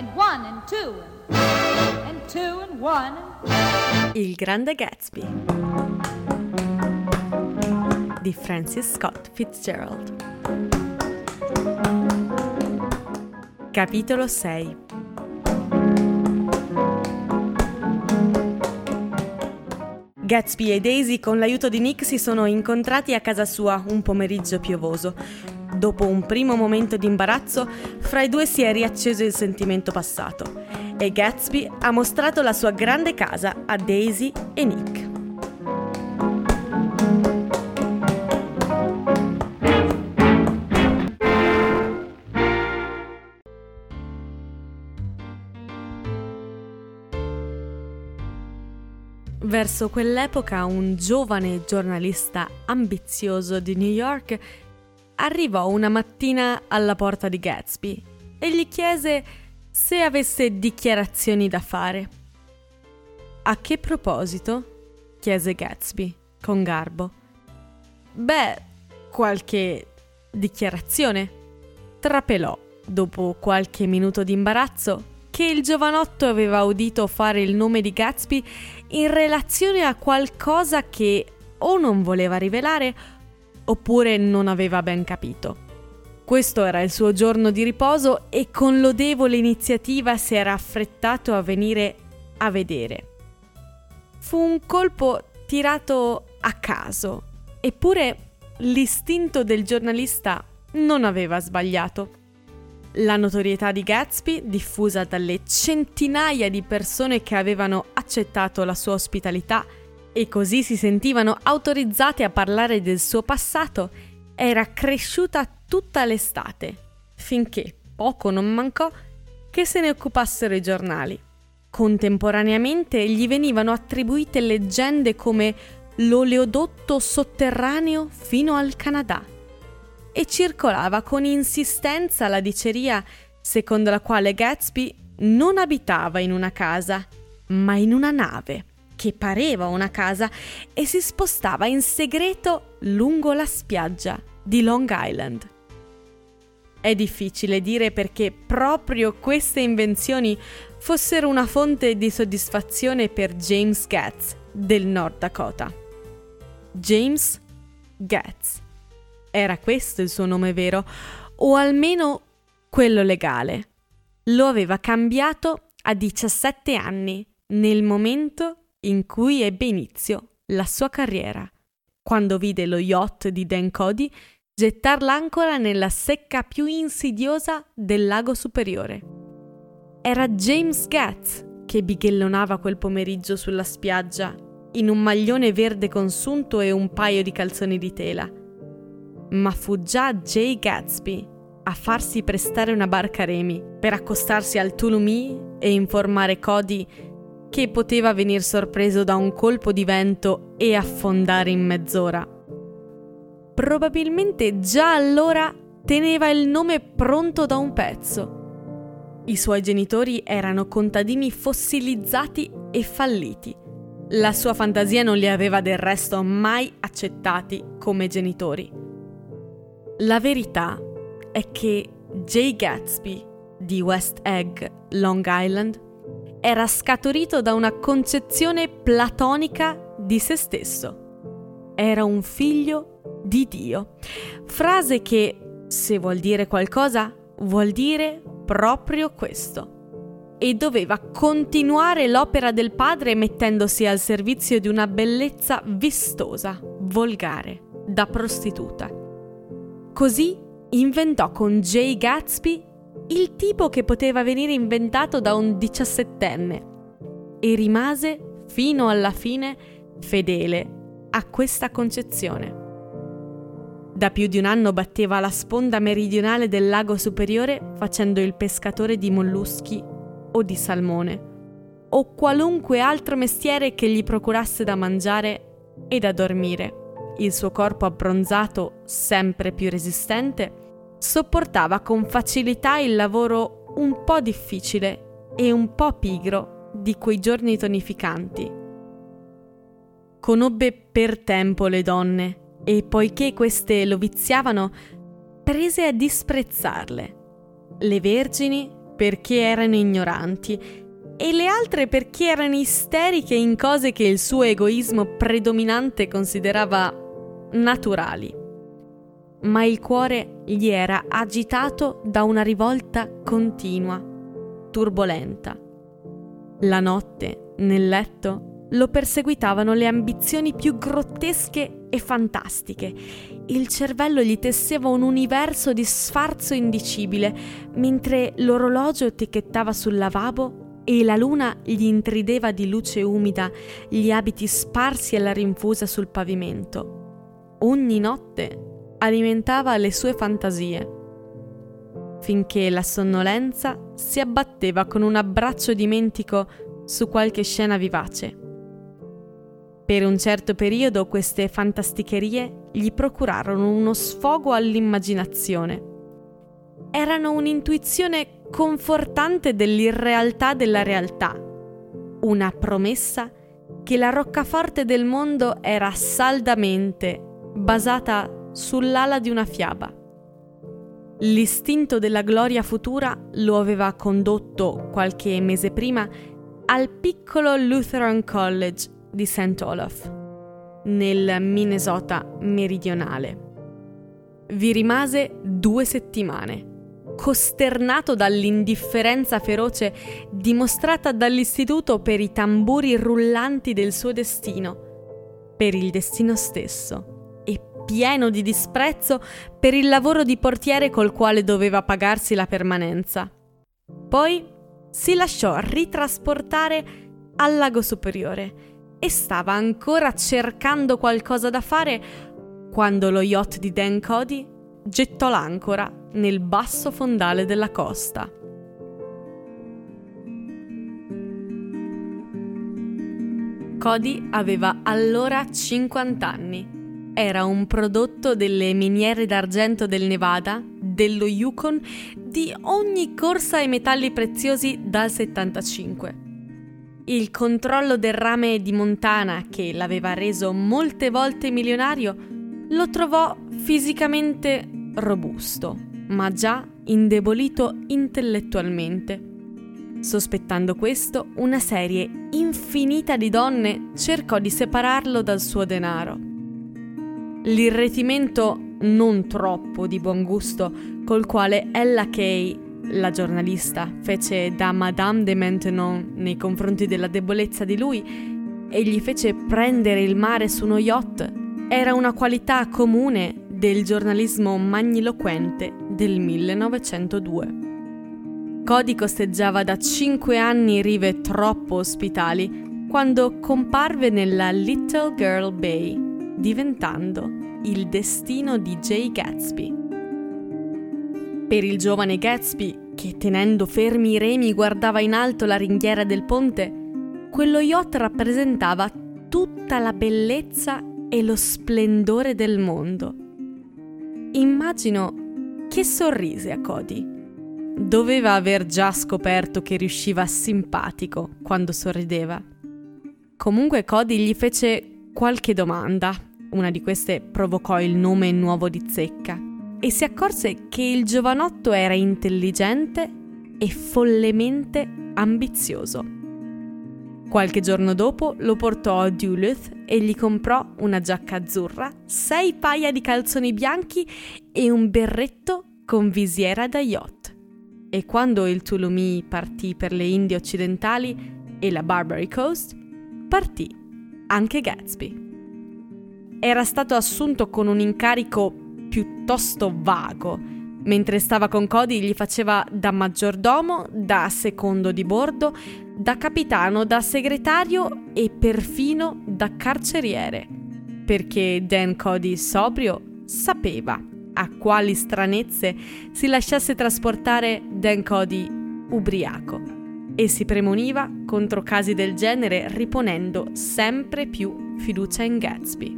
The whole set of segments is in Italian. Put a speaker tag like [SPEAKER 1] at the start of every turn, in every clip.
[SPEAKER 1] and one and two and two and one.
[SPEAKER 2] Il grande Gatsby di Francis Scott Fitzgerald. Capitolo 6. Gatsby e Daisy, con l'aiuto di Nick, si sono incontrati a casa sua un pomeriggio piovoso. Dopo un primo momento di imbarazzo, fra i due si è riacceso il sentimento passato e Gatsby ha mostrato la sua grande casa a Daisy e Nick. Verso quell'epoca un giovane giornalista ambizioso di New York arrivò una mattina alla porta di Gatsby e gli chiese se avesse dichiarazioni da fare. «A che proposito?» chiese Gatsby con garbo. «Beh, qualche dichiarazione», trapelò dopo qualche minuto di imbarazzo che il giovanotto aveva udito fare il nome di Gatsby in relazione a qualcosa che o non voleva rivelare oppure non aveva ben capito. Questo era il suo giorno di riposo e con lodevole iniziativa si era affrettato a venire a vedere. Fu un colpo tirato a caso, eppure l'istinto del giornalista non aveva sbagliato. La notorietà di Gatsby, diffusa dalle centinaia di persone che avevano accettato la sua ospitalità e così si sentivano autorizzate a parlare del suo passato, era cresciuta tutta l'estate, finché poco non mancò che se ne occupassero i giornali. Contemporaneamente gli venivano attribuite leggende come l'oleodotto sotterraneo fino al Canada e circolava con insistenza la diceria secondo la quale Gatsby non abitava in una casa, ma in una nave che pareva una casa e si spostava in segreto lungo la spiaggia di Long Island. È difficile dire perché proprio queste invenzioni fossero una fonte di soddisfazione per James Gatz del North Dakota. James Gatz. Era questo il suo nome vero, o almeno quello legale. Lo aveva cambiato a 17 anni, nel momento in cui ebbe inizio la sua carriera, quando vide lo yacht di Dan Cody gettar l'ancora nella secca più insidiosa del lago superiore. Era James Gatz che bighellonava quel pomeriggio sulla spiaggia, in un maglione verde consunto e un paio di calzoni di tela. Ma fu già Jay Gatsby a farsi prestare una barca a remi per accostarsi al Tulumee e informare Cody che poteva venir sorpreso da un colpo di vento e affondare in mezz'ora. Probabilmente già allora teneva il nome pronto da un pezzo. I suoi genitori erano contadini fossilizzati e falliti. La sua fantasia non li aveva del resto mai accettati come genitori. La verità è che Jay Gatsby di West Egg, Long Island, era scaturito da una concezione platonica di se stesso. Era un figlio di Dio. Frase che, se vuol dire qualcosa, vuol dire proprio questo. E doveva continuare l'opera del padre mettendosi al servizio di una bellezza vistosa, volgare, da prostituta. Così inventò con Jay Gatsby il tipo che poteva venire inventato da un 17enne e rimase fino alla fine fedele a questa concezione. Da più di un anno batteva la sponda meridionale del lago superiore facendo il pescatore di molluschi o di salmone o qualunque altro mestiere che gli procurasse da mangiare e da dormire. Il suo corpo abbronzato, sempre più resistente, sopportava con facilità il lavoro un po' difficile e un po' pigro di quei giorni tonificanti. Conobbe per tempo le donne e, poiché queste lo viziavano, prese a disprezzarle. Le vergini perché erano ignoranti e le altre perché erano isteriche in cose che il suo egoismo predominante considerava naturali. Ma il cuore gli era agitato da una rivolta continua, turbolenta. La notte, nel letto, lo perseguitavano le ambizioni più grottesche e fantastiche. Il cervello gli tesseva un universo di sfarzo indicibile, mentre l'orologio ticchettava sul lavabo e la luna gli intrideva di luce umida gli abiti sparsi alla rinfusa sul pavimento. Ogni notte alimentava le sue fantasie, finché la sonnolenza si abbatteva con un abbraccio dimentico su qualche scena vivace. Per un certo periodo queste fantasticherie gli procurarono uno sfogo all'immaginazione. Erano un'intuizione confortante dell'irrealtà della realtà, una promessa che la roccaforte del mondo era saldamente basata sull'ala di una fiaba. L'istinto della gloria futura lo aveva condotto qualche mese prima al piccolo Lutheran College di St. Olaf, nel Minnesota meridionale. Vi rimase 2 settimane, costernato dall'indifferenza feroce dimostrata dall'istituto per i tamburi rullanti del suo destino, per il destino stesso, e pieno di disprezzo per il lavoro di portiere col quale doveva pagarsi la permanenza. Poi si lasciò ritrasportare al lago superiore e stava ancora cercando qualcosa da fare quando lo yacht di Dan Cody gettò l'ancora nel basso fondale della costa. Cody aveva allora 50 anni. Era un prodotto delle miniere d'argento del Nevada, dello Yukon, di ogni corsa ai metalli preziosi dal 75. Il controllo del rame di Montana, che l'aveva reso molte volte milionario, lo trovò fisicamente robusto, ma già indebolito intellettualmente. Sospettando questo, una serie infinita di donne cercò di separarlo dal suo denaro. L'irretimento non troppo di buon gusto col quale Ella Kay, la giornalista, fece da Madame de Maintenon nei confronti della debolezza di lui e gli fece prendere il mare su uno yacht era una qualità comune del giornalismo magniloquente del 1902. Cody costeggiava da 5 anni rive troppo ospitali quando comparve nella Little Girl Bay, diventando il destino di Jay Gatsby. Per il giovane Gatsby, che tenendo fermi i remi guardava in alto la ringhiera del ponte, quello yacht rappresentava tutta la bellezza e lo splendore del mondo. Immagino che sorrise a Cody. Doveva aver già scoperto che riusciva simpatico quando sorrideva. Comunque Cody gli fece qualche domanda. Una di queste provocò il nome nuovo di zecca e si accorse che il giovanotto era intelligente e follemente ambizioso. Qualche giorno dopo lo portò a Duluth e gli comprò una giacca azzurra, 6 paia di calzoni bianchi e un berretto con visiera da yacht. E quando il Tulumi partì per le Indie occidentali e la Barbary Coast, partì anche Gatsby. Era stato assunto con un incarico piuttosto vago. Mentre stava con Cody gli faceva da maggiordomo, da secondo di bordo, da capitano, da segretario e perfino da carceriere, perché Dan Cody sobrio sapeva a quali stranezze si lasciasse trasportare Dan Cody ubriaco e si premoniva contro casi del genere riponendo sempre più fiducia in Gatsby.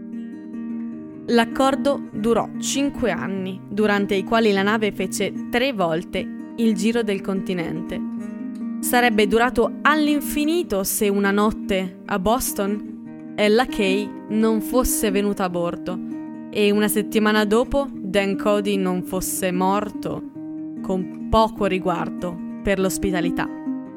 [SPEAKER 2] L'accordo durò 5 anni, durante i quali la nave fece 3 volte il giro del continente. Sarebbe durato all'infinito se una notte a Boston Ella Kay non fosse venuta a bordo e una settimana dopo Dan Cody non fosse morto con poco riguardo per l'ospitalità.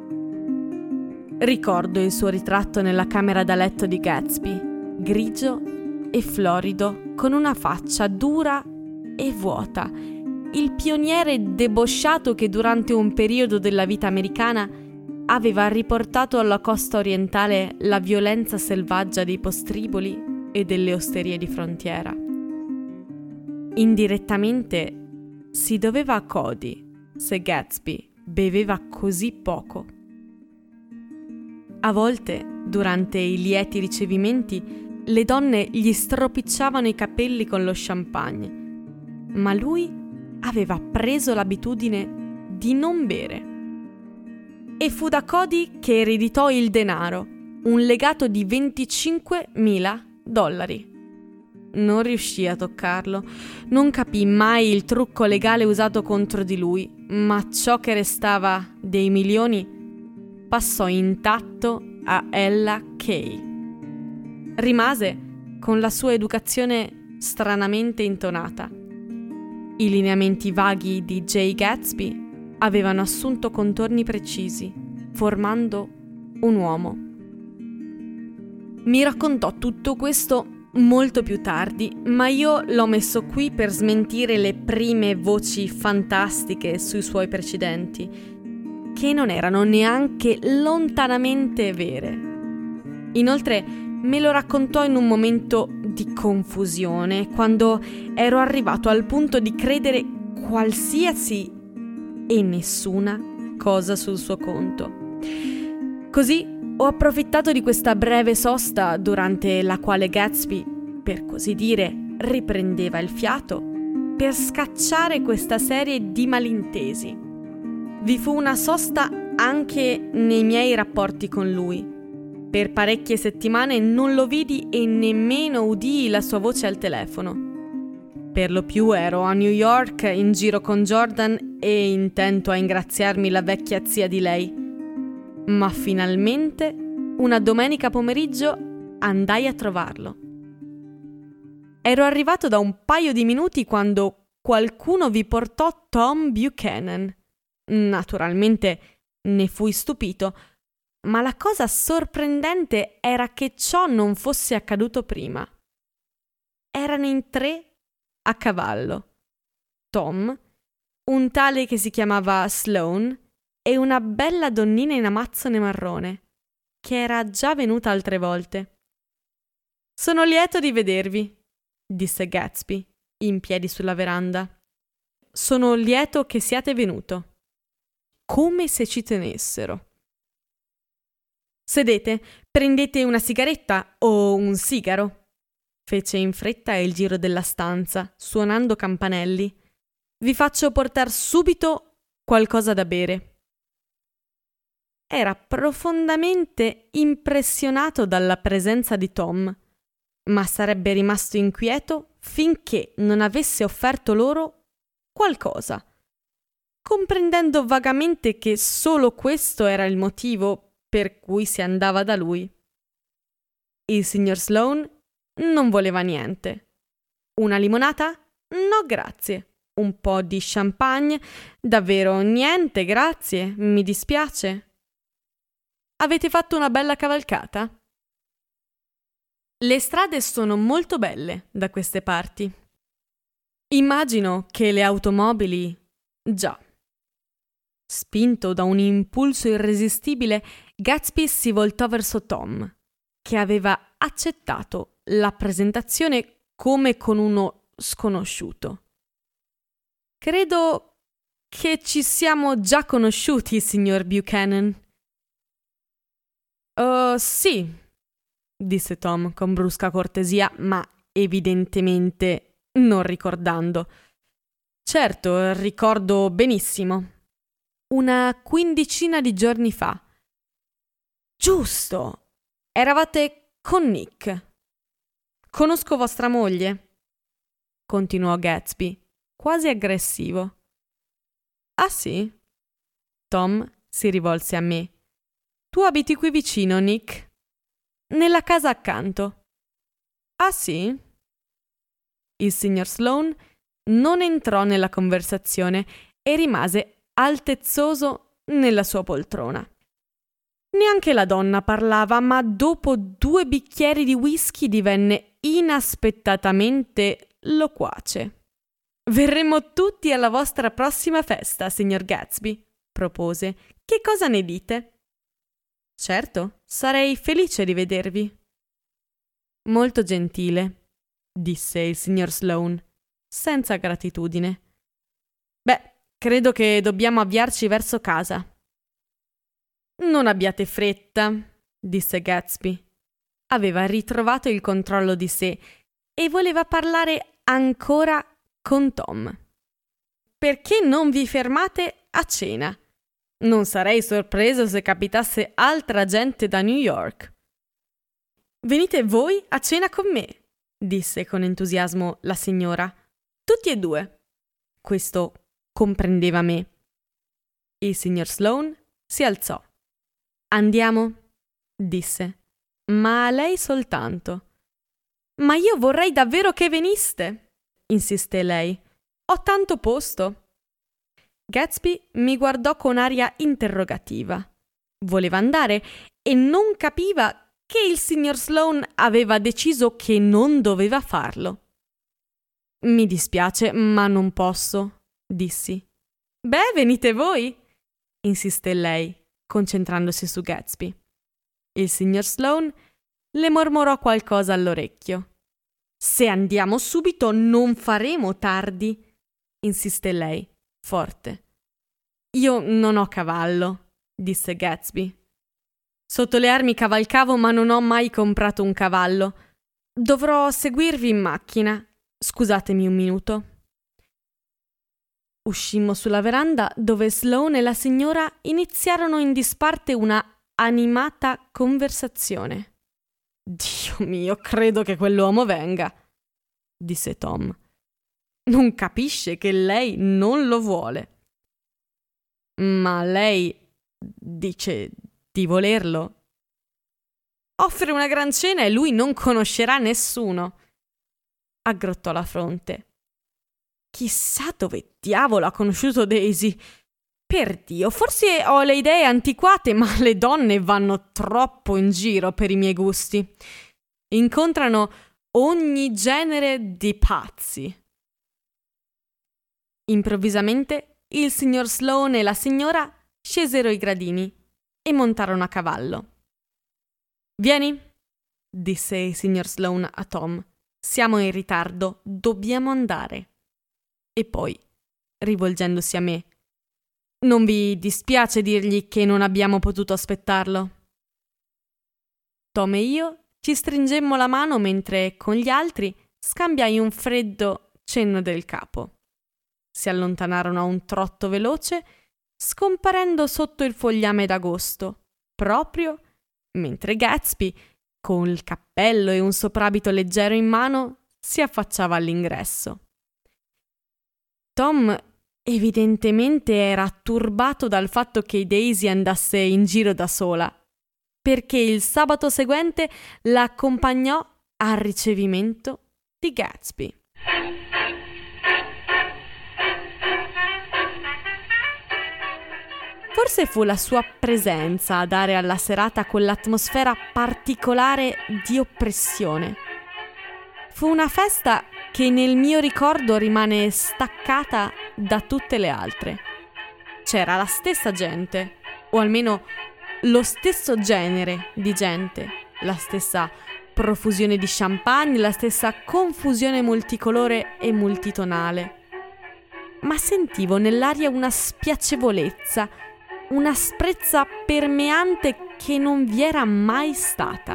[SPEAKER 2] Ricordo il suo ritratto nella camera da letto di Gatsby, grigio e florido, con una faccia dura e vuota, il pioniere debosciato che durante un periodo della vita americana aveva riportato alla costa orientale la violenza selvaggia dei postriboli e delle osterie di frontiera. Indirettamente si doveva a Cody se Gatsby beveva così poco. A volte, durante i lieti ricevimenti, le donne gli stropicciavano i capelli con lo champagne, ma lui aveva preso l'abitudine di non bere. E fu da Cody che ereditò il denaro, un legato di $25.000. Non riuscì a toccarlo, non capì mai il trucco legale usato contro di lui, ma ciò che restava dei milioni passò intatto a Ella Kay. Rimase con la sua educazione stranamente intonata. I lineamenti vaghi di Jay Gatsby avevano assunto contorni precisi, formando un uomo. Mi raccontò tutto questo molto più tardi, ma io l'ho messo qui per smentire le prime voci fantastiche sui suoi precedenti, che non erano neanche lontanamente vere. Inoltre me lo raccontò in un momento di confusione, quando ero arrivato al punto di credere qualsiasi e nessuna cosa sul suo conto. Così ho approfittato di questa breve sosta durante la quale Gatsby, per così dire, riprendeva il fiato, per scacciare questa serie di malintesi. Vi fu una sosta anche nei miei rapporti con lui. Per parecchie settimane non lo vidi e nemmeno udii la sua voce al telefono. Per lo più ero a New York in giro con Jordan e intento a ingraziarmi la vecchia zia di lei. Ma finalmente, una domenica pomeriggio, andai a trovarlo. Ero arrivato da un paio di minuti quando qualcuno vi portò Tom Buchanan. Naturalmente ne fui stupito, ma la cosa sorprendente era che ciò non fosse accaduto prima. Erano in 3 a cavallo. Tom, un tale che si chiamava Sloan, e una bella donnina in amazzone marrone, che era già venuta altre volte. «Sono lieto di vedervi», disse Gatsby, in piedi sulla veranda. «Sono lieto che siate venuto». Come se ci tenessero. «Sedete, prendete una sigaretta o un sigaro?» Fece in fretta il giro della stanza, suonando campanelli. «Vi faccio portar subito qualcosa da bere». Era profondamente impressionato dalla presenza di Tom, ma sarebbe rimasto inquieto finché non avesse offerto loro qualcosa, comprendendo vagamente che solo questo era il motivo per cui si andava da lui. Il signor Sloan non voleva niente. Una limonata? No, grazie. Un po' di champagne? Davvero niente, grazie, mi dispiace. Avete fatto una bella cavalcata? Le strade sono molto belle da queste parti. Immagino che le automobili... Già. Spinto da un impulso irresistibile, Gatsby si voltò verso Tom, che aveva accettato la presentazione come con uno sconosciuto. «Credo che ci siamo già conosciuti, signor Buchanan». «Oh, sì», disse Tom con brusca cortesia, ma evidentemente non ricordando. «Certo, ricordo benissimo. Una 15 di giorni fa». «Giusto! Eravate con Nick». «Conosco vostra moglie», continuò Gatsby, quasi aggressivo. «Ah sì?» Tom si rivolse a me. «Tu abiti qui vicino, Nick?» «Nella casa accanto». «Ah sì?» Il signor Sloan non entrò nella conversazione e rimase altezzoso nella sua poltrona. Neanche la donna parlava, ma dopo 2 bicchieri di whisky divenne inaspettatamente loquace. «Verremo tutti alla vostra prossima festa, signor Gatsby», propose. «Che cosa ne dite?» «Certo, sarei felice di vedervi». «Molto gentile», disse il signor Sloane, senza gratitudine. «Beh, credo che dobbiamo avviarci verso casa». «Non abbiate fretta», disse Gatsby. Aveva ritrovato il controllo di sé e voleva parlare ancora con Tom. «Perché non vi fermate a cena? Non sarei sorpreso se capitasse altra gente da New York». «Venite voi a cena con me», disse con entusiasmo la signora. «Tutti e 2». Questo comprendeva me. Il signor Sloane si alzò. «Andiamo», disse, «ma a lei soltanto». «Ma io vorrei davvero che veniste», insisté lei. «Ho tanto posto». Gatsby mi guardò con aria interrogativa. Voleva andare e non capiva che il signor Sloane aveva deciso che non doveva farlo. «Mi dispiace, ma non posso», dissi. «Beh, venite voi», insisté lei, concentrandosi su Gatsby. Il signor Sloane le mormorò qualcosa all'orecchio. «Se andiamo subito non faremo tardi», insisté lei, forte. «Io non ho cavallo», disse Gatsby. «Sotto le armi cavalcavo, ma non ho mai comprato un cavallo. Dovrò seguirvi in macchina. Scusatemi un minuto». Uscimmo sulla veranda dove Sloane e la signora iniziarono in disparte una animata conversazione. «Dio mio, credo che quell'uomo venga», disse Tom. «Non capisce che lei non lo vuole». «Ma lei dice di volerlo?» «Offre una gran cena e lui non conoscerà nessuno», aggrottò la fronte. «Chissà dove diavolo ha conosciuto Daisy. Per Dio, forse ho le idee antiquate, ma le donne vanno troppo in giro per i miei gusti. Incontrano ogni genere di pazzi». Improvvisamente il signor Sloane e la signora scesero i gradini e montarono a cavallo. «Vieni», disse il signor Sloane a Tom. «Siamo in ritardo, dobbiamo andare». E poi, rivolgendosi a me, «Non vi dispiace dirgli che non abbiamo potuto aspettarlo?» Tom e io ci stringemmo la mano mentre con gli altri scambiai un freddo cenno del capo. Si allontanarono a un trotto veloce, scomparendo sotto il fogliame d'agosto, proprio mentre Gatsby, con il cappello e un soprabito leggero in mano, si affacciava all'ingresso. Tom evidentemente era turbato dal fatto che Daisy andasse in giro da sola, perché il sabato seguente la accompagnò al ricevimento di Gatsby. Forse fu la sua presenza a dare alla serata quell'atmosfera particolare di oppressione. Fu una festa che nel mio ricordo rimane staccata da tutte le altre. C'era la stessa gente, o almeno lo stesso genere di gente, la stessa profusione di champagne, la stessa confusione multicolore e multitonale. Ma sentivo nell'aria una spiacevolezza, un'asprezza permeante che non vi era mai stata.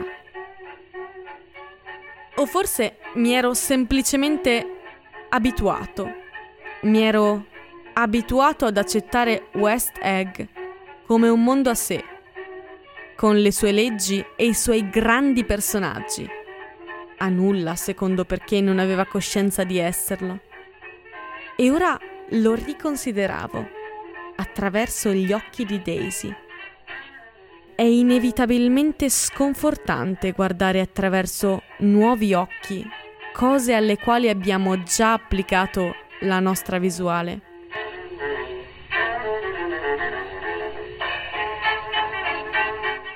[SPEAKER 2] O forse mi ero semplicemente abituato. Mi ero abituato ad accettare West Egg come un mondo a sé, con le sue leggi e i suoi grandi personaggi. A nulla, secondo perché non aveva coscienza di esserlo. E ora lo riconsideravo attraverso gli occhi di Daisy. È inevitabilmente sconfortante guardare attraverso nuovi occhi cose alle quali abbiamo già applicato la nostra visuale.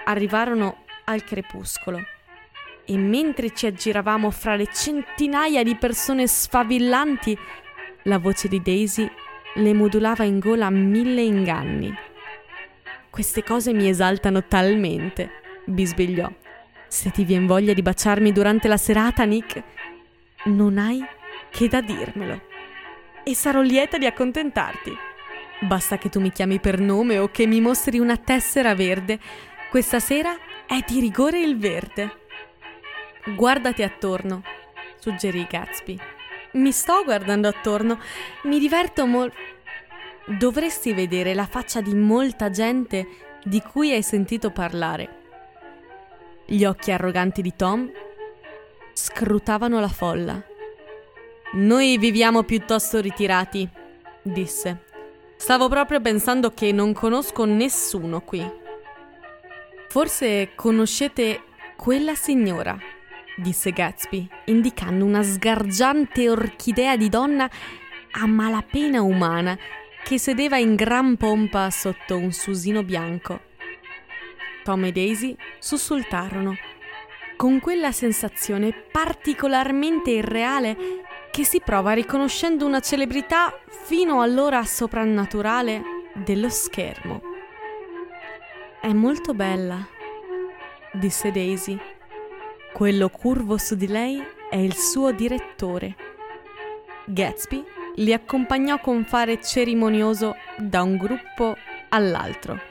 [SPEAKER 2] arrivarono al crepuscolo e mentre ci aggiravamo fra le centinaia di persone sfavillanti, la voce di Daisy le modulava in gola a 1000 inganni. «Queste cose mi esaltano talmente», bisbigliò. «Se ti vien voglia di baciarmi durante la serata, Nick, non hai che da dirmelo e sarò lieta di accontentarti. Basta che tu mi chiami per nome o che mi mostri una tessera verde. Questa sera è di rigore il verde». «Guardati attorno», suggerì Gatsby. «Mi sto guardando attorno, mi diverto Dovresti vedere la faccia di molta gente di cui hai sentito parlare». Gli occhi arroganti di Tom scrutavano la folla. «Noi viviamo piuttosto ritirati», disse. «Stavo proprio pensando che non conosco nessuno qui». «Forse conoscete quella signora», disse Gatsby, indicando una sgargiante orchidea di donna a malapena umana che sedeva in gran pompa sotto un susino bianco. Tom e Daisy sussultarono, con quella sensazione particolarmente irreale che si prova riconoscendo una celebrità fino allora soprannaturale dello schermo. «È molto bella», disse Daisy. «Quello curvo su di lei è il suo direttore». Gatsby li accompagnò con fare cerimonioso da un gruppo all'altro.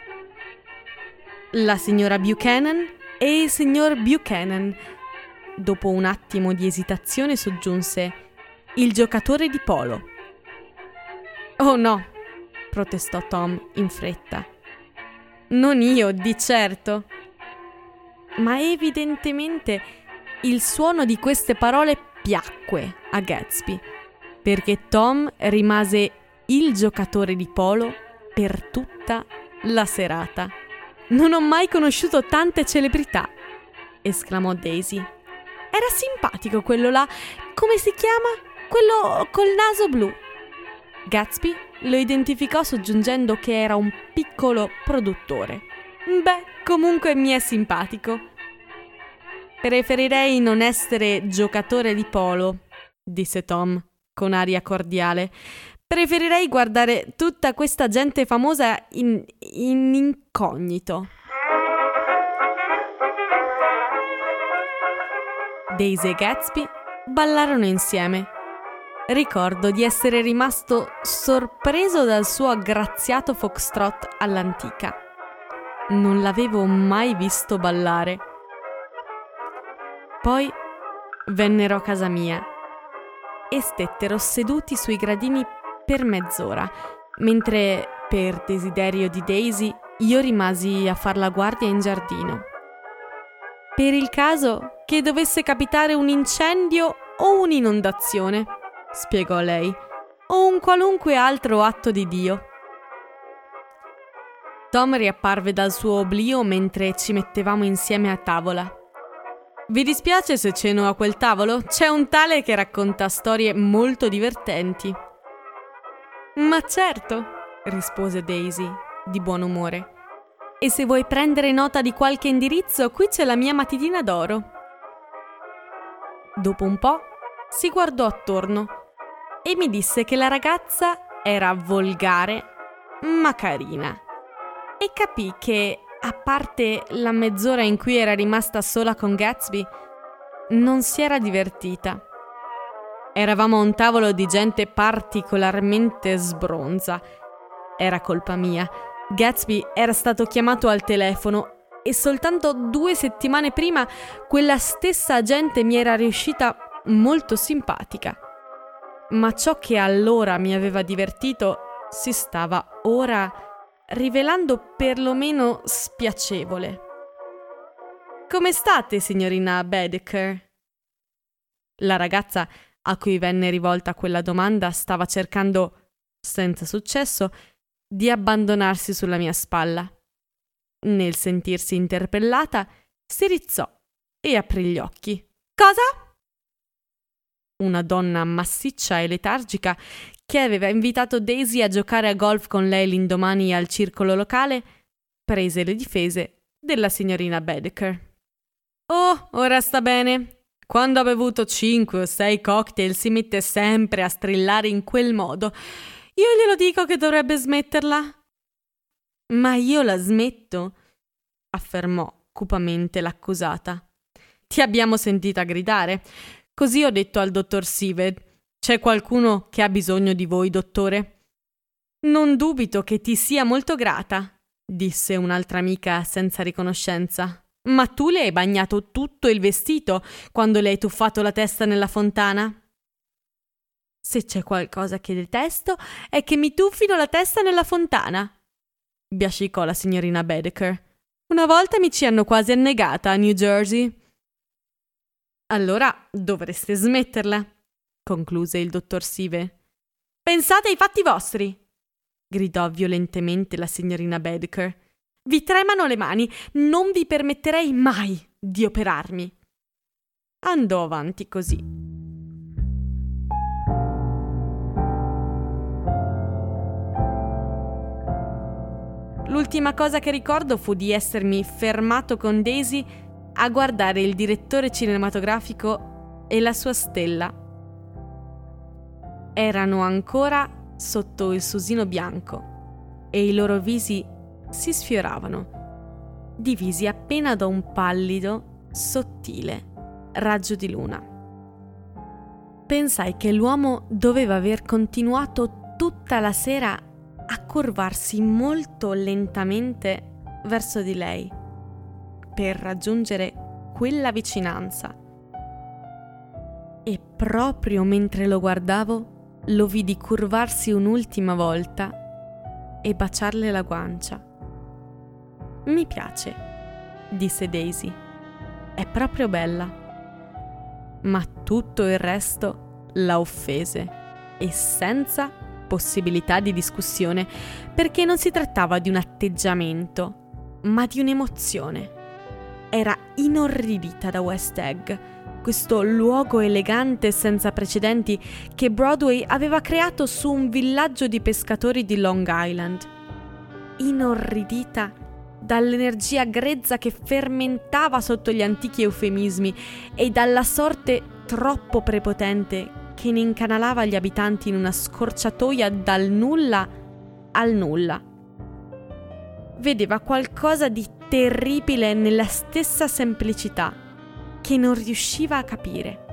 [SPEAKER 2] La signora Buchanan e il signor Buchanan. Dopo un attimo di esitazione soggiunse: «Il giocatore di polo». «Oh no», protestò Tom in fretta. «Non io, di certo». Ma evidentemente il suono di queste parole piacque a Gatsby, perché Tom rimase il giocatore di polo per tutta la serata. «Non ho mai conosciuto tante celebrità», esclamò Daisy. «Era simpatico quello là, come si chiama? Quello col naso blu». Gatsby lo identificò soggiungendo che era un piccolo produttore. «Beh, comunque mi è simpatico». «Preferirei non essere giocatore di polo», disse Tom con aria cordiale. «Preferirei guardare tutta questa gente famosa in incognito». Daisy e Gatsby ballarono insieme. Ricordo di essere rimasto sorpreso dal suo aggraziato foxtrot all'antica. Non l'avevo mai visto ballare. Poi vennero a casa mia e stettero seduti sui gradini per mezz'ora, mentre, per desiderio di Daisy, io rimasi a far la guardia in giardino. Per il caso che dovesse capitare un incendio o un'inondazione, spiegò lei, o un qualunque altro atto di Dio. Tom riapparve dal suo oblio mentre ci mettevamo insieme a tavola. «Vi dispiace se ceno a quel tavolo? C'è un tale che racconta storie molto divertenti». «Ma certo», rispose Daisy, di buon umore. «E se vuoi prendere nota di qualche indirizzo, qui c'è la mia matitina d'oro». Dopo un po' si guardò attorno e mi disse che la ragazza era volgare ma carina. E capì che, a parte la mezz'ora in cui era rimasta sola con Gatsby, non si era divertita. Eravamo a un tavolo di gente particolarmente sbronza. Era colpa mia. Gatsby era stato chiamato al telefono e soltanto 2 settimane prima quella stessa gente mi era riuscita molto simpatica. Ma ciò che allora mi aveva divertito si stava ora rivelando perlomeno spiacevole. «Come state, signorina Baedeker?» La ragazza a cui venne rivolta quella domanda stava cercando, senza successo, di abbandonarsi sulla mia spalla. Nel sentirsi interpellata, si rizzò e aprì gli occhi. «Cosa?» Una donna massiccia e letargica che aveva invitato Daisy a giocare a golf con lei l'indomani al circolo locale, prese le difese della signorina Baedeker. «Oh, ora sta bene. Quando ha bevuto 5 o 6 cocktail si mette sempre a strillare in quel modo. Io glielo dico che dovrebbe smetterla». «Ma io la smetto», affermò cupamente l'accusata. «Ti abbiamo sentita gridare. Così ho detto al dottor Sived. C'è qualcuno che ha bisogno di voi, dottore?» «Non dubito che ti sia molto grata», disse un'altra amica senza riconoscenza. «Ma tu le hai bagnato tutto il vestito quando le hai tuffato la testa nella fontana?» «Se c'è qualcosa che detesto è che mi tuffino la testa nella fontana», biascicò la signorina Baedeker. «Una volta mi ci hanno quasi annegata a New Jersey». «Allora dovreste smetterla», concluse il dottor Sive. «Pensate ai fatti vostri», gridò violentemente la signorina Baedeker. «Vi tremano le mani, non vi permetterei mai di operarmi». Andò avanti così. L'ultima cosa che ricordo fu di essermi fermato con Daisy a guardare il direttore cinematografico e la sua stella. Erano ancora sotto il susino bianco e i loro visi si sfioravano, divisi appena da un pallido, sottile raggio di luna. Pensai che l'uomo doveva aver continuato tutta la sera a curvarsi molto lentamente verso di lei per raggiungere quella vicinanza. E proprio mentre lo guardavo, lo vidi curvarsi un'ultima volta e baciarle la guancia. «Mi piace», disse Daisy. «È proprio bella». Ma tutto il resto la offese, e senza possibilità di discussione, perché non si trattava di un atteggiamento, ma di un'emozione. Era inorridita da West Egg, questo luogo elegante e senza precedenti che Broadway aveva creato su un villaggio di pescatori di Long Island. Inorridita dall'energia grezza che fermentava sotto gli antichi eufemismi e dalla sorte troppo prepotente che ne incanalava gli abitanti in una scorciatoia dal nulla al nulla. Vedeva qualcosa di terribile nella stessa semplicità che non riusciva a capire.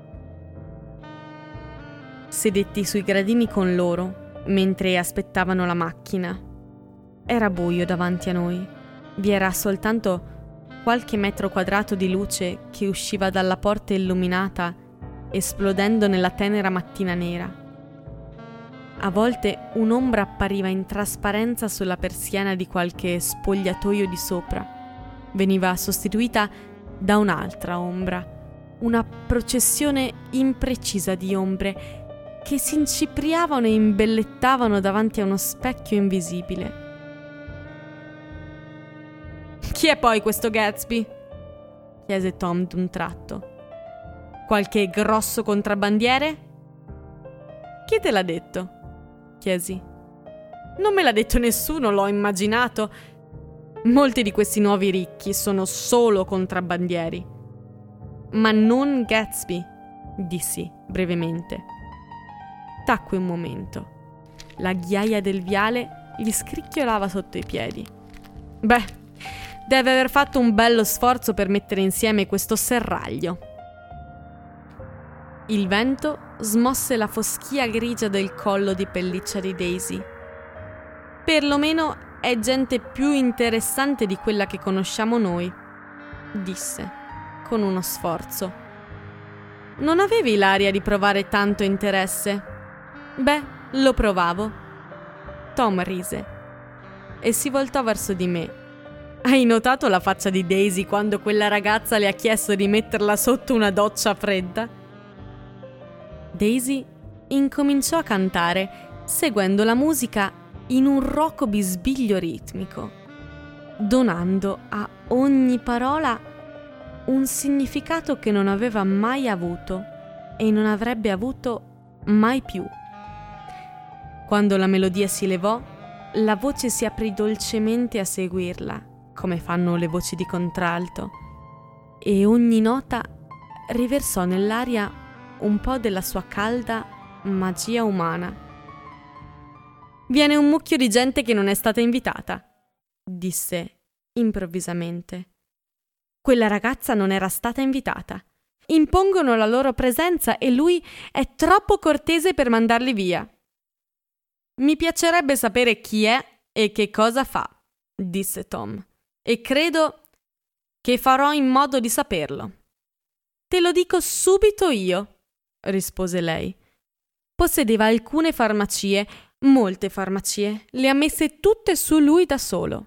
[SPEAKER 2] Sedetti sui gradini con loro mentre aspettavano la macchina. Era buio davanti a noi. Vi era soltanto qualche metro quadrato di luce che usciva dalla porta illuminata, esplodendo nella tenera mattina nera. A volte un'ombra appariva in trasparenza sulla persiana di qualche spogliatoio di sopra. Veniva sostituita da un'altra ombra, una processione imprecisa di ombre che si incipriavano e imbellettavano davanti a uno specchio invisibile. «Chi è poi questo Gatsby?» chiese Tom d'un tratto. «Qualche grosso contrabbandiere?» «Chi te l'ha detto?» chiesi. «Non me l'ha detto nessuno, l'ho immaginato. Molti di questi nuovi ricchi sono solo contrabbandieri». «Ma non Gatsby», dissi brevemente. Tacque un momento. La ghiaia del viale gli scricchiolava sotto i piedi. «Beh, deve aver fatto un bello sforzo per mettere insieme questo serraglio». Il vento smosse la foschia grigia del collo di pelliccia di Daisy. «Perlomeno è gente più interessante di quella che conosciamo noi», disse, con uno sforzo. «Non avevi l'aria di provare tanto interesse?» «Beh, lo provavo». Tom rise e si voltò verso di me. «Hai notato la faccia di Daisy quando quella ragazza le ha chiesto di metterla sotto una doccia fredda?» Daisy incominciò a cantare, seguendo la musica in un roco bisbiglio ritmico, donando a ogni parola un significato che non aveva mai avuto e non avrebbe avuto mai più. Quando la melodia si levò, la voce si aprì dolcemente a seguirla come fanno le voci di contralto, e ogni nota riversò nell'aria un po' della sua calda magia umana. «Viene un mucchio di gente che non è stata invitata», disse improvvisamente. «Quella ragazza non era stata invitata. Impongono la loro presenza e lui è troppo cortese per mandarli via». «Mi piacerebbe sapere chi è e che cosa fa», disse Tom, «e credo che farò in modo di saperlo». «Te lo dico subito io», rispose lei. «Possedeva alcune farmacie, molte farmacie, le ha messe tutte su lui da solo».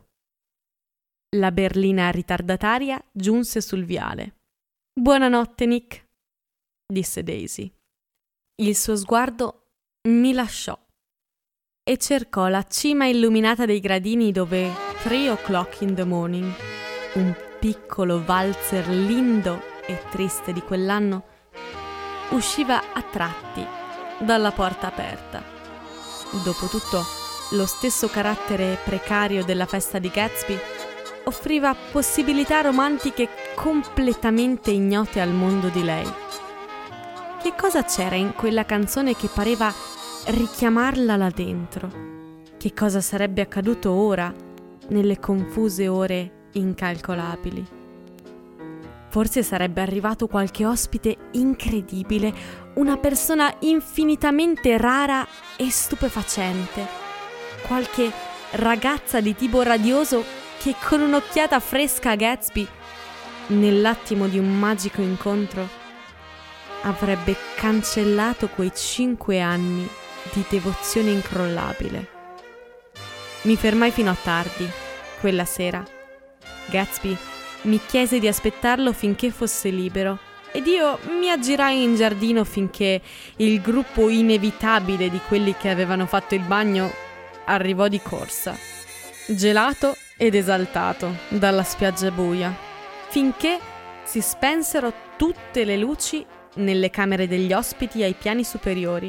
[SPEAKER 2] La berlina ritardataria giunse sul viale. «Buonanotte, Nick», disse Daisy. Il suo sguardo mi lasciò e cercò la cima illuminata dei gradini dove 3 o'clock in the morning, un piccolo valzer lindo e triste di quell'anno, usciva a tratti dalla porta aperta. Dopotutto, lo stesso carattere precario della festa di Gatsby offriva possibilità romantiche completamente ignote al mondo di lei. Che cosa c'era in quella canzone che pareva richiamarla là dentro? Che cosa sarebbe accaduto ora, nelle confuse ore incalcolabili? Forse sarebbe arrivato qualche ospite incredibile, una persona infinitamente rara e stupefacente, qualche ragazza di tipo radioso che con un'occhiata fresca a Gatsby, nell'attimo di un magico incontro, avrebbe cancellato quei 5 anni di devozione incrollabile. Mi fermai fino a tardi, quella sera. Gatsby mi chiese di aspettarlo finché fosse libero ed io mi aggirai in giardino finché il gruppo inevitabile di quelli che avevano fatto il bagno arrivò di corsa, gelato ed esaltato dalla spiaggia buia, finché si spensero tutte le luci nelle camere degli ospiti ai piani superiori.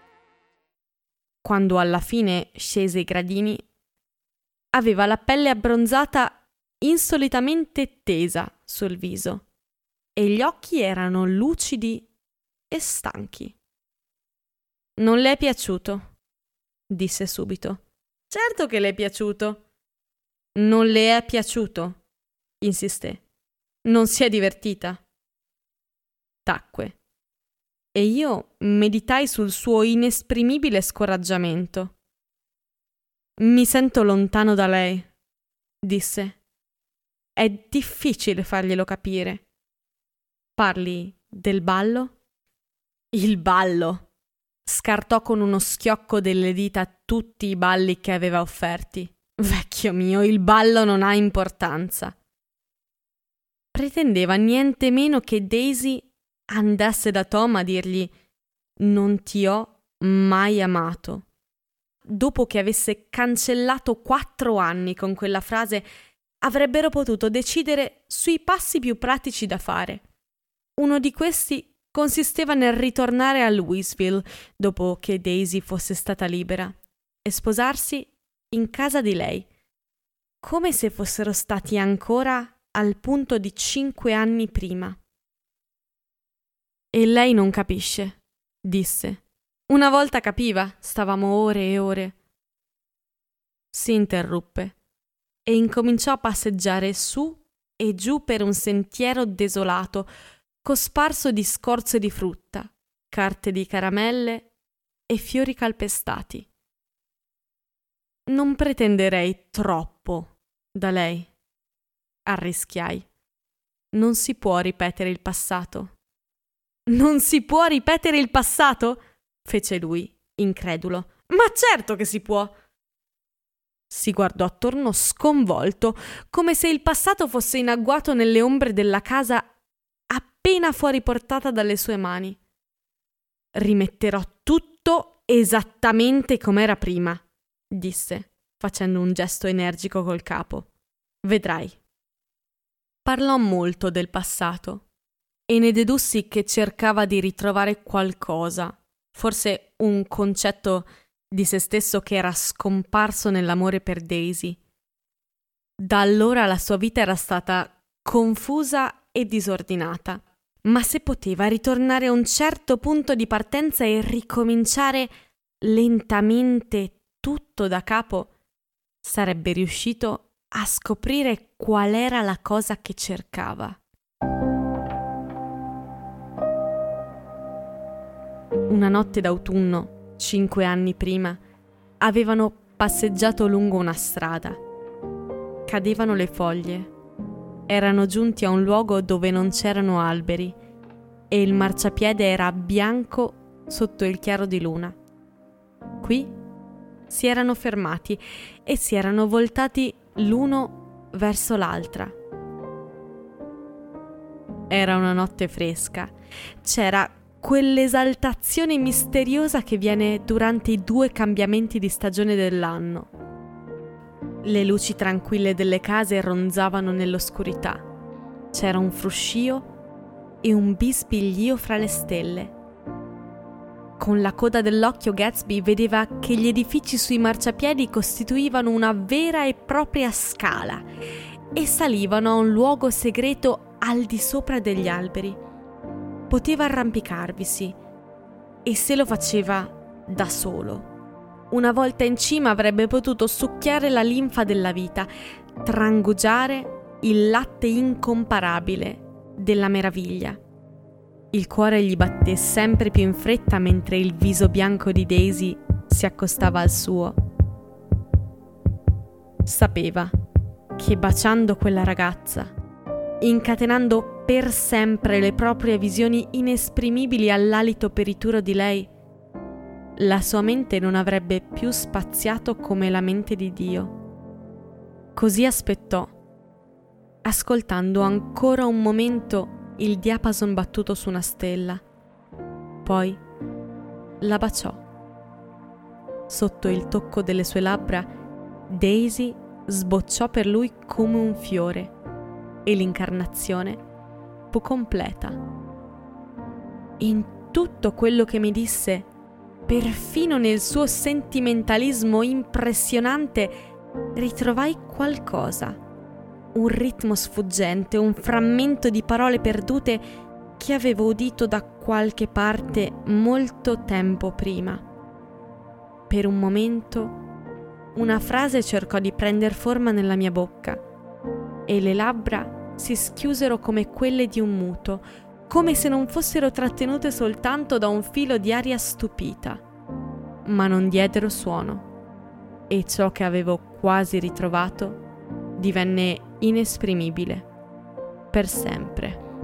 [SPEAKER 2] Quando alla fine scese i gradini, aveva la pelle abbronzata insolitamente tesa sul viso e gli occhi erano lucidi e stanchi. «Non le è piaciuto?» disse subito. «Certo che le è piaciuto!» «Non le è piaciuto?» insisté. «Non si è divertita?» Tacque e io meditai sul suo inesprimibile scoraggiamento. «Mi sento lontano da lei», disse. «È difficile farglielo capire. Parli del ballo?» «Il ballo!» Scartò con uno schiocco delle dita tutti i balli che aveva offerti. «Vecchio mio, il ballo non ha importanza». Pretendeva niente meno che Daisy andasse da Tom a dirgli «Non ti ho mai amato». Dopo che avesse cancellato 4 anni con quella frase, avrebbero potuto decidere sui passi più pratici da fare. Uno di questi consisteva nel ritornare a Louisville dopo che Daisy fosse stata libera e sposarsi in casa di lei, come se fossero stati ancora al punto di 5 anni prima. «E lei non capisce», disse. «Una volta capiva, stavamo ore e ore». Si interruppe e incominciò a passeggiare su e giù per un sentiero desolato, cosparso di scorze di frutta, carte di caramelle e fiori calpestati. «Non pretenderei troppo da lei», arrischiai. «Non si può ripetere il passato». «Non si può ripetere il passato?» fece lui, incredulo. «Ma certo che si può!» Si guardò attorno sconvolto, come se il passato fosse in agguato nelle ombre della casa appena fuori portata dalle sue mani. «Rimetterò tutto esattamente com'era prima», disse, facendo un gesto energico col capo. «Vedrai». Parlò molto del passato e ne dedussi che cercava di ritrovare qualcosa, forse un concetto di se stesso che era scomparso nell'amore per Daisy. Da allora la sua vita era stata confusa e disordinata, ma se poteva ritornare a un certo punto di partenza e ricominciare lentamente tutto da capo, sarebbe riuscito a scoprire qual era la cosa che cercava. Una notte d'autunno, 5 anni prima, avevano passeggiato lungo una strada. Cadevano le foglie. Erano giunti a un luogo dove non c'erano alberi e il marciapiede era bianco sotto il chiaro di luna. Qui si erano fermati e si erano voltati l'uno verso l'altra. Era una notte fresca. C'era quell'esaltazione misteriosa che viene durante i 2 cambiamenti di stagione dell'anno. Le luci tranquille delle case ronzavano nell'oscurità. C'era un fruscio e un bisbiglio fra le stelle. Con la coda dell'occhio Gatsby vedeva che gli edifici sui marciapiedi costituivano una vera e propria scala e salivano a un luogo segreto al di sopra degli alberi. Poteva arrampicarvisi e se lo faceva da solo. Una volta in cima avrebbe potuto succhiare la linfa della vita, trangugiare il latte incomparabile della meraviglia. Il cuore gli batté sempre più in fretta mentre il viso bianco di Daisy si accostava al suo. Sapeva che baciando quella ragazza, incatenando per sempre le proprie visioni inesprimibili all'alito perituro di lei, la sua mente non avrebbe più spaziato come la mente di Dio. Così aspettò, ascoltando ancora un momento il diapason battuto su una stella. Poi la baciò. Sotto il tocco delle sue labbra, Daisy sbocciò per lui come un fiore e l'incarnazione fu completa. In tutto quello che mi disse, perfino nel suo sentimentalismo impressionante, ritrovai qualcosa, un ritmo sfuggente, un frammento di parole perdute che avevo udito da qualche parte molto tempo prima. Per un momento una frase cercò di prender forma nella mia bocca e le labbra si schiusero come quelle di un muto, come se non fossero trattenute soltanto da un filo di aria stupita. Ma non diedero suono e ciò che avevo quasi ritrovato divenne inesprimibile per sempre.